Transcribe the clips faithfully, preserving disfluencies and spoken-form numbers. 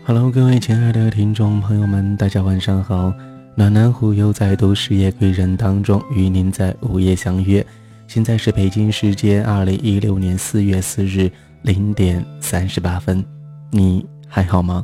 Hello， 各位亲爱的听众朋友们，大家晚上好。暖男虎又在都市夜归人当中与您在午夜相约。现在是北京时间二零一六年四月四日零点三十八分，你还好吗？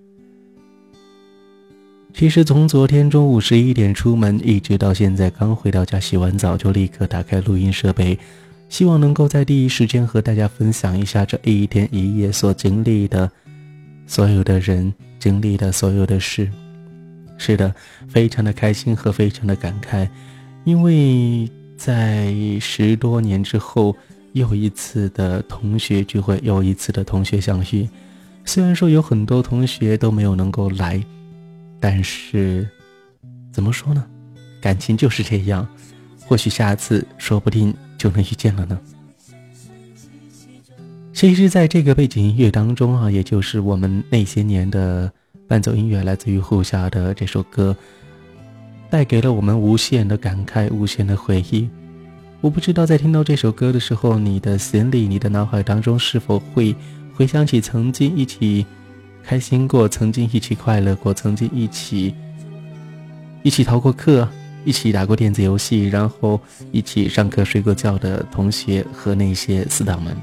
其实从昨天中午十一点出门，一直到现在刚回到家洗完澡，就立刻打开录音设备，希望能够在第一时间和大家分享一下这一天一夜所经历的所有的人，经历的所有的事。是的，非常的开心和非常的感慨，因为在十多年之后，又一次的同学聚会，又一次的同学相遇。虽然说有很多同学都没有能够来，但是怎么说呢，感情就是这样，或许下次说不定就能遇见了呢。其实在这个背景音乐当中啊，也就是我们那些年的伴奏音乐，来自于胡夏的这首歌，带给了我们无限的感慨，无限的回忆。我不知道在听到这首歌的时候，你的心里，你的脑海当中是否会回想起曾经一起开心过，曾经一起快乐过，曾经一起一起逃过课，一起打过电子游戏，然后一起上课睡过觉的同学和那些死党们。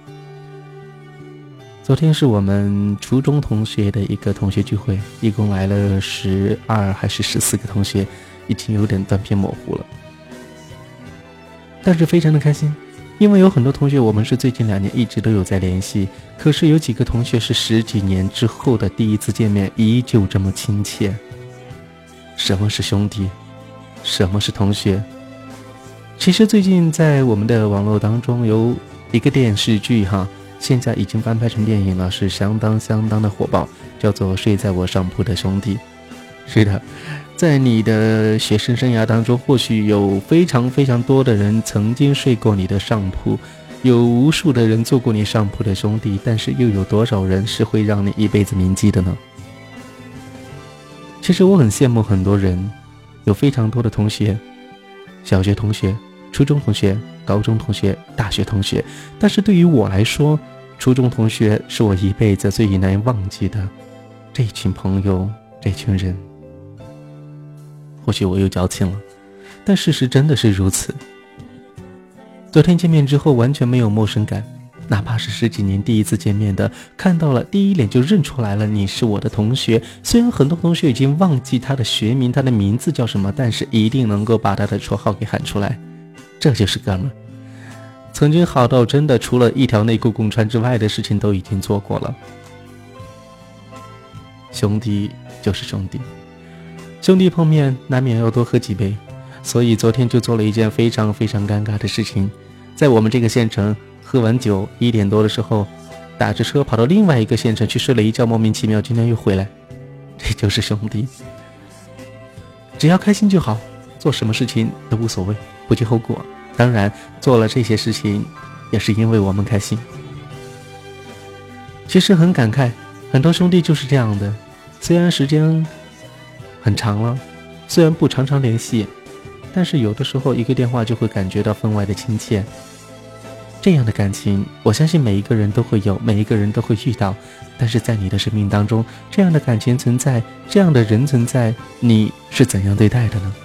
昨天是我们初中同学的一个同学聚会，一共来了十二还是十四个同学，已经有点断片模糊了，但是非常的开心，因为有很多同学我们是最近两年一直都有在联系，可是有几个同学是十几年之后的第一次见面，依旧这么亲切。什么是兄弟？什么是同学？其实最近在我们的网络当中有一个电视剧哈，现在已经翻拍成电影了，是相当相当的火爆，叫做《睡在我上铺的兄弟》。是的，在你的学生生涯当中，或许有非常非常多的人曾经睡过你的上铺，有无数的人做过你上铺的兄弟，但是又有多少人是会让你一辈子铭记的呢？其实我很羡慕很多人，有非常多的同学，小学同学、初中同学、高中同学、大学同学，但是对于我来说，初中同学是我一辈子最难以忘记的这群朋友，这群人。或许我又矫情了，但事实真的是如此。昨天见面之后完全没有陌生感，哪怕是十几年第一次见面的，看到了第一脸就认出来了你是我的同学，虽然很多同学已经忘记他的学名，他的名字叫什么，但是一定能够把他的绰号给喊出来，这就是哥们儿。曾经好到真的除了一条内裤共穿之外的事情都已经做过了。兄弟就是兄弟，兄弟碰面难免要多喝几杯，所以昨天就做了一件非常非常尴尬的事情，在我们这个县城喝完酒一点多的时候，打着车跑到另外一个县城去睡了一觉，莫名其妙今天又回来。这就是兄弟，只要开心就好，做什么事情都无所谓，不计后果。当然做了这些事情也是因为我们开心。其实很感慨，很多兄弟就是这样的，虽然时间很长了，虽然不常常联系，但是有的时候一个电话就会感觉到分外的亲切。这样的感情我相信每一个人都会有，每一个人都会遇到，但是在你的生命当中，这样的感情存在，这样的人存在，你是怎样对待的呢？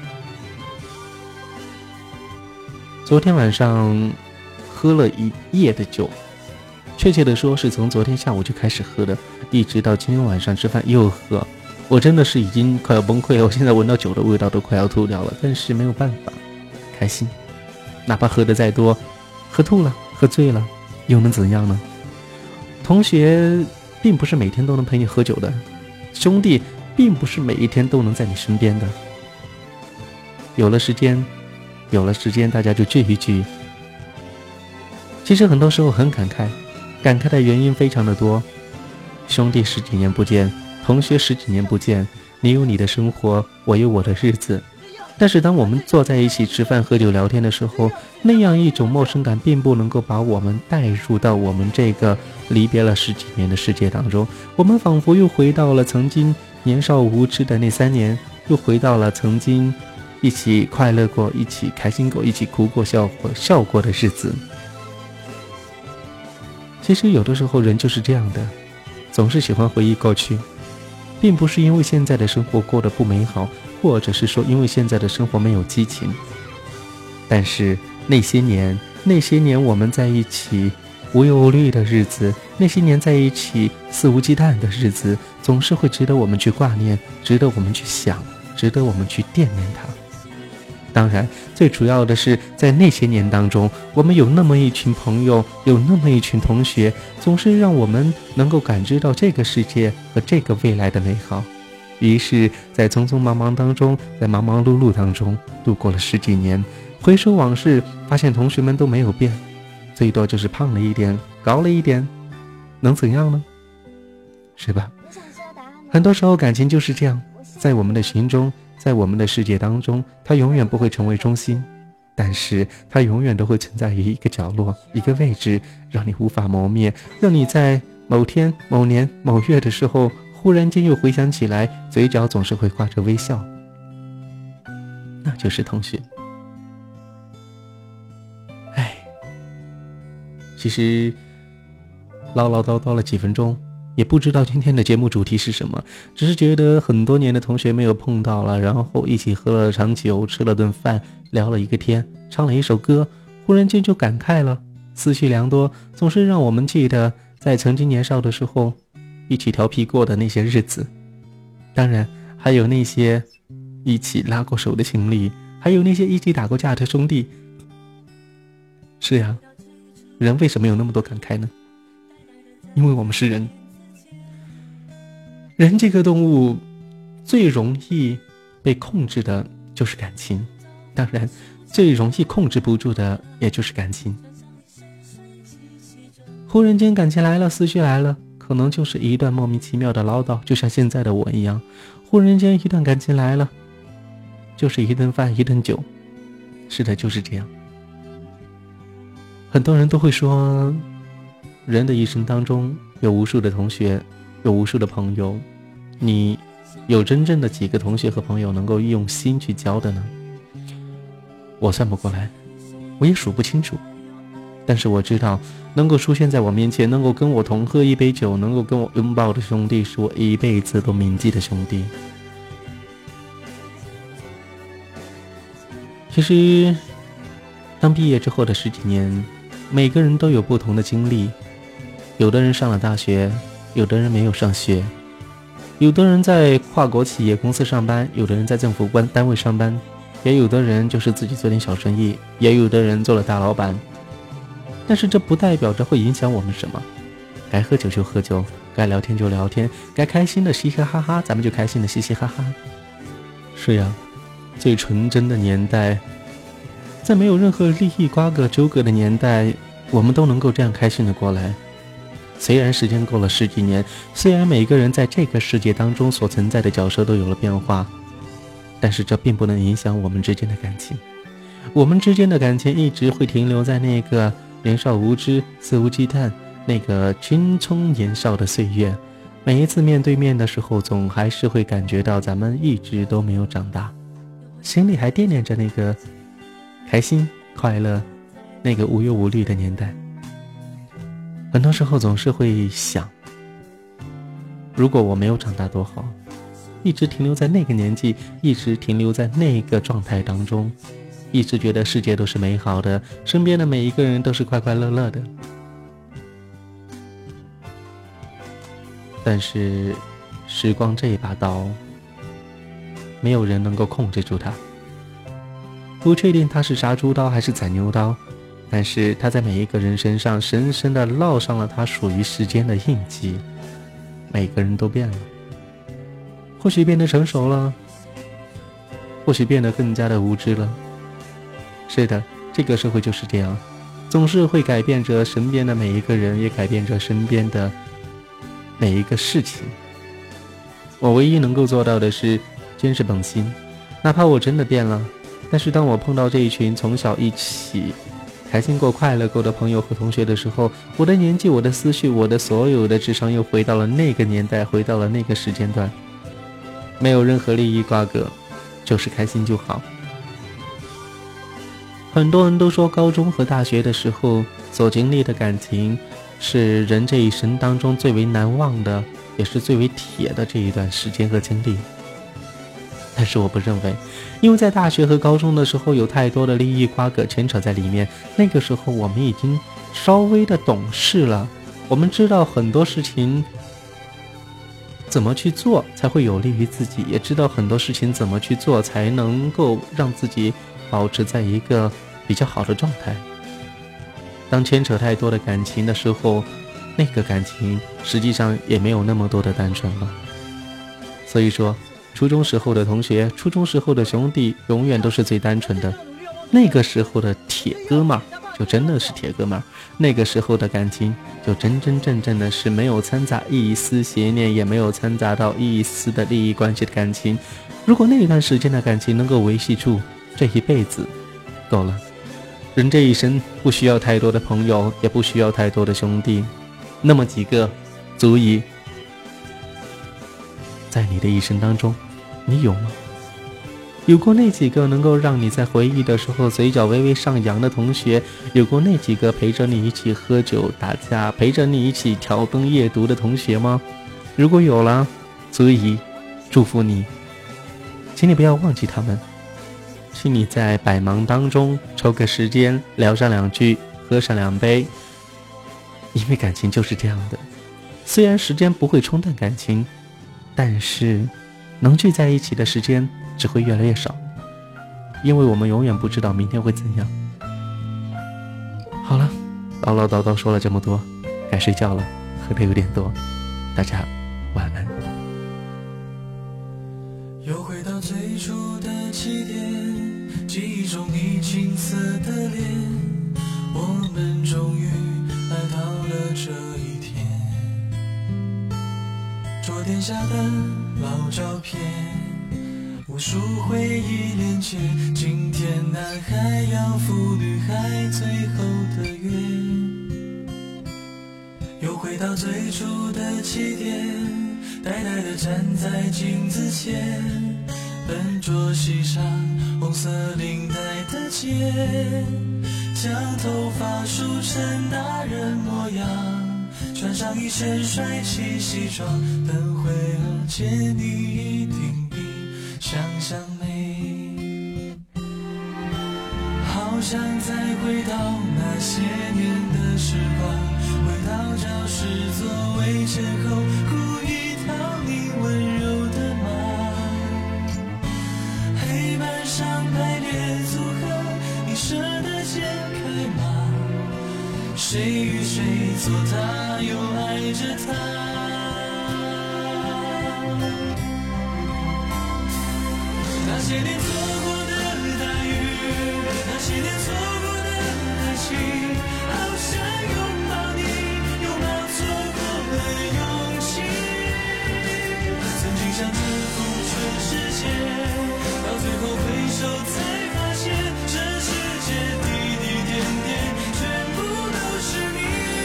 昨天晚上喝了一夜的酒，确切的说是从昨天下午就开始喝的，一直到今天晚上吃饭又喝，我真的是已经快要崩溃了，我现在闻到酒的味道都快要吐掉了，但是没有办法，开心，哪怕喝得再多，喝吐了，喝醉了，又能怎样呢？同学并不是每天都能陪你喝酒的，兄弟并不是每一天都能在你身边的，有了时间有了时间大家就聚一聚。其实很多时候很感慨，感慨的原因非常的多，兄弟十几年不见，同学十几年不见，你有你的生活，我有我的日子，但是当我们坐在一起吃饭喝酒聊天的时候，那样一种陌生感并不能够把我们带入到我们这个离别了十几年的世界当中，我们仿佛又回到了曾经年少无知的那三年，又回到了曾经一起快乐过，一起开心过，一起哭过笑过笑过的日子。其实有的时候人就是这样的， 总是喜欢回忆过去，并不是因为现在的生活过得不美好，或者是说因为现在的生活没有激情，但是那些年那些年我们在一起无忧无虑的日子，那些年在一起肆无忌惮的日子，总是会值得我们去挂念，值得我们去想，值得我们去惦念它。当然最主要的是，在那些年当中，我们有那么一群朋友，有那么一群同学，总是让我们能够感知到这个世界和这个未来的美好。于是在匆匆忙忙当中，在忙忙碌碌当中度过了十几年，回首往事，发现同学们都没有变，最多就是胖了一点，高了一点，能怎样呢？是吧？很多时候感情就是这样，在我们的心中，在我们的世界当中，它永远不会成为中心，但是它永远都会存在于一个角落，一个位置，让你无法磨灭，让你在某天某年某月的时候，忽然间又回想起来，嘴角总是会挂着微笑，那就是同学。唉，其实唠唠叨叨了几分钟，也不知道今天的节目主题是什么，只是觉得很多年的同学没有碰到了，然后一起喝了场酒，吃了顿饭，聊了一个天，唱了一首歌，忽然间就感慨了，思绪良多，总是让我们记得在曾经年少的时候一起调皮过的那些日子，当然还有那些一起拉过手的情侣，还有那些一起打过架的兄弟。是呀，人为什么有那么多感慨呢？因为我们是人。人这个动物最容易被控制的就是感情，当然最容易控制不住的也就是感情。忽然间感情来了，思绪来了，可能就是一段莫名其妙的唠叨，就像现在的我一样，忽然间一段感情来了，就是一顿饭一顿酒。是的，就是这样。很多人都会说，人的一生当中有无数的同学，有无数的朋友，你有真正的几个同学和朋友能够用心去交的呢？我算不过来，我也数不清楚，但是我知道能够出现在我面前，能够跟我同喝一杯酒，能够跟我拥抱的兄弟，是我一辈子都铭记的兄弟。其实当毕业之后的十几年，每个人都有不同的经历，有的人上了大学，有的人没有上学，有的人在跨国企业公司上班，有的人在政府官单位上班，也有的人就是自己做点小生意，也有的人做了大老板。但是这不代表着会影响我们什么，该喝酒就喝酒，该聊天就聊天，该开心的嘻嘻哈哈，咱们就开心的嘻嘻哈哈。是呀，最纯真的年代，在没有任何利益瓜葛纠葛的年代，我们都能够这样开心的过来。虽然时间过了十几年，虽然每个人在这个世界当中所存在的角色都有了变化，但是这并不能影响我们之间的感情。我们之间的感情一直会停留在那个年少无知、肆无忌惮，那个青葱年少的岁月。每一次面对面的时候，总还是会感觉到咱们一直都没有长大，心里还惦念着那个开心快乐，那个无忧无虑的年代。很多时候总是会想，如果我没有长大多好，一直停留在那个年纪，一直停留在那个状态当中，一直觉得世界都是美好的，身边的每一个人都是快快乐乐的。但是时光这一把刀，没有人能够控制住它。不确定它是杀猪刀还是宰牛刀，但是它在每一个人身上深深地烙上了它属于时间的印记。每个人都变了，或许变得成熟了，或许变得更加的无知了。是的，这个社会就是这样，总是会改变着身边的每一个人，也改变着身边的每一个事情。我唯一能够做到的是坚持本心，哪怕我真的变了，但是当我碰到这一群从小一起开心过快乐过的朋友和同学的时候，我的年纪，我的思绪，我的所有的智商又回到了那个年代，回到了那个时间段，没有任何利益瓜葛，就是开心就好。很多人都说高中和大学的时候所经历的感情是人这一生当中最为难忘的，也是最为铁的这一段时间和经历。但是我不认为，因为在大学和高中的时候有太多的利益瓜葛牵扯在里面，那个时候我们已经稍微的懂事了，我们知道很多事情怎么去做才会有利于自己，也知道很多事情怎么去做才能够让自己保持在一个比较好的状态。当牵扯太多的感情的时候，那个感情实际上也没有那么多的单纯了。所以说初中时候的同学，初中时候的兄弟永远都是最单纯的，那个时候的铁哥们儿就真的是铁哥们儿，那个时候的感情就真真正正的是没有掺杂一丝邪念，也没有掺杂到一丝的利益关系的感情。如果那一段时间的感情能够维系住，这一辈子够了。人这一生不需要太多的朋友，也不需要太多的兄弟，那么几个足以。在你的一生当中，你有吗？有过那几个能够让你在回忆的时候嘴角微微上扬的同学，有过那几个陪着你一起喝酒打架，陪着你一起挑灯夜读的同学吗？如果有了，足以祝福你，请你不要忘记他们，请你在百忙当中抽个时间聊上两句，喝上两杯，因为感情就是这样的，虽然时间不会冲淡感情，但是能聚在一起的时间只会越来越少，因为我们永远不知道明天会怎样。好了，唠唠叨叨说了这么多，该睡觉了，喝的有点多，大家晚安。 又回到最初的起点，记忆中你青涩的脸，我们终于来到了这一天。桌垫下的老照片，无数回忆连接，今天男孩要赴女孩最后的约。又回到最初的起点，呆呆地站在镜子前，笨拙系上红色领带的结，将头发梳成大人模样，穿上一身帅气西装，等会儿见你一定比想象美。好想再回到那些年的时光，回到教室座位前后，故意讨你温柔的骂，黑板上排列组合，你舍得解开吗？谁与谁做他，又爱着他。那些年错过的大雨，那些年错过的爱情，好想拥抱你，拥抱错过的勇气。曾经想征服全世界，到最后回首才发现，这世界滴滴点点全部都是你。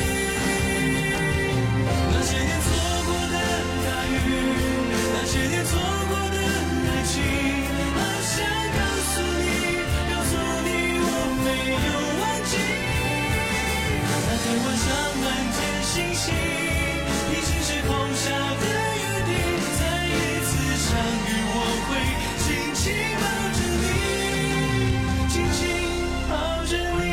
那些年错过的大雨，那些年错过的爱情，好想告诉你，告诉你我没有忘记。那天晚上满天星星，已经是空下的约定，再一次相遇我会紧紧抱着你，紧紧抱着你。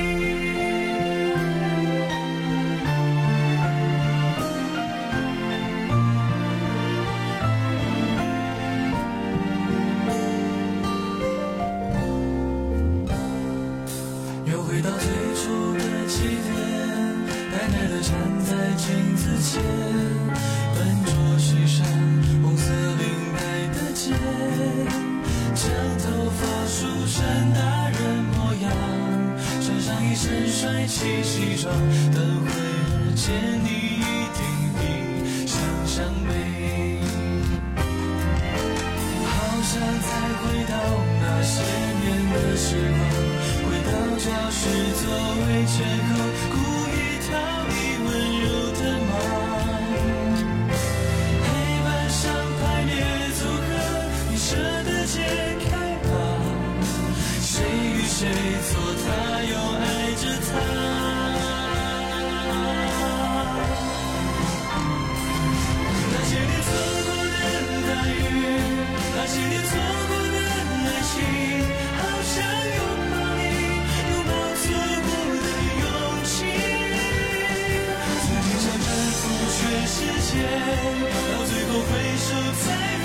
又回到最初的起点，呆呆地站在镜子前，笨拙系上红色领带的结，将头发梳成大人模样，穿上一身帅气西装，等会儿见你一定比想象美。好想再回到那些年的时光，回到教室座位前后，故意讨你温柔的骂，黑板上排列组合，你舍得解开吗？谁与谁做他，又爱着他。 到最后回首才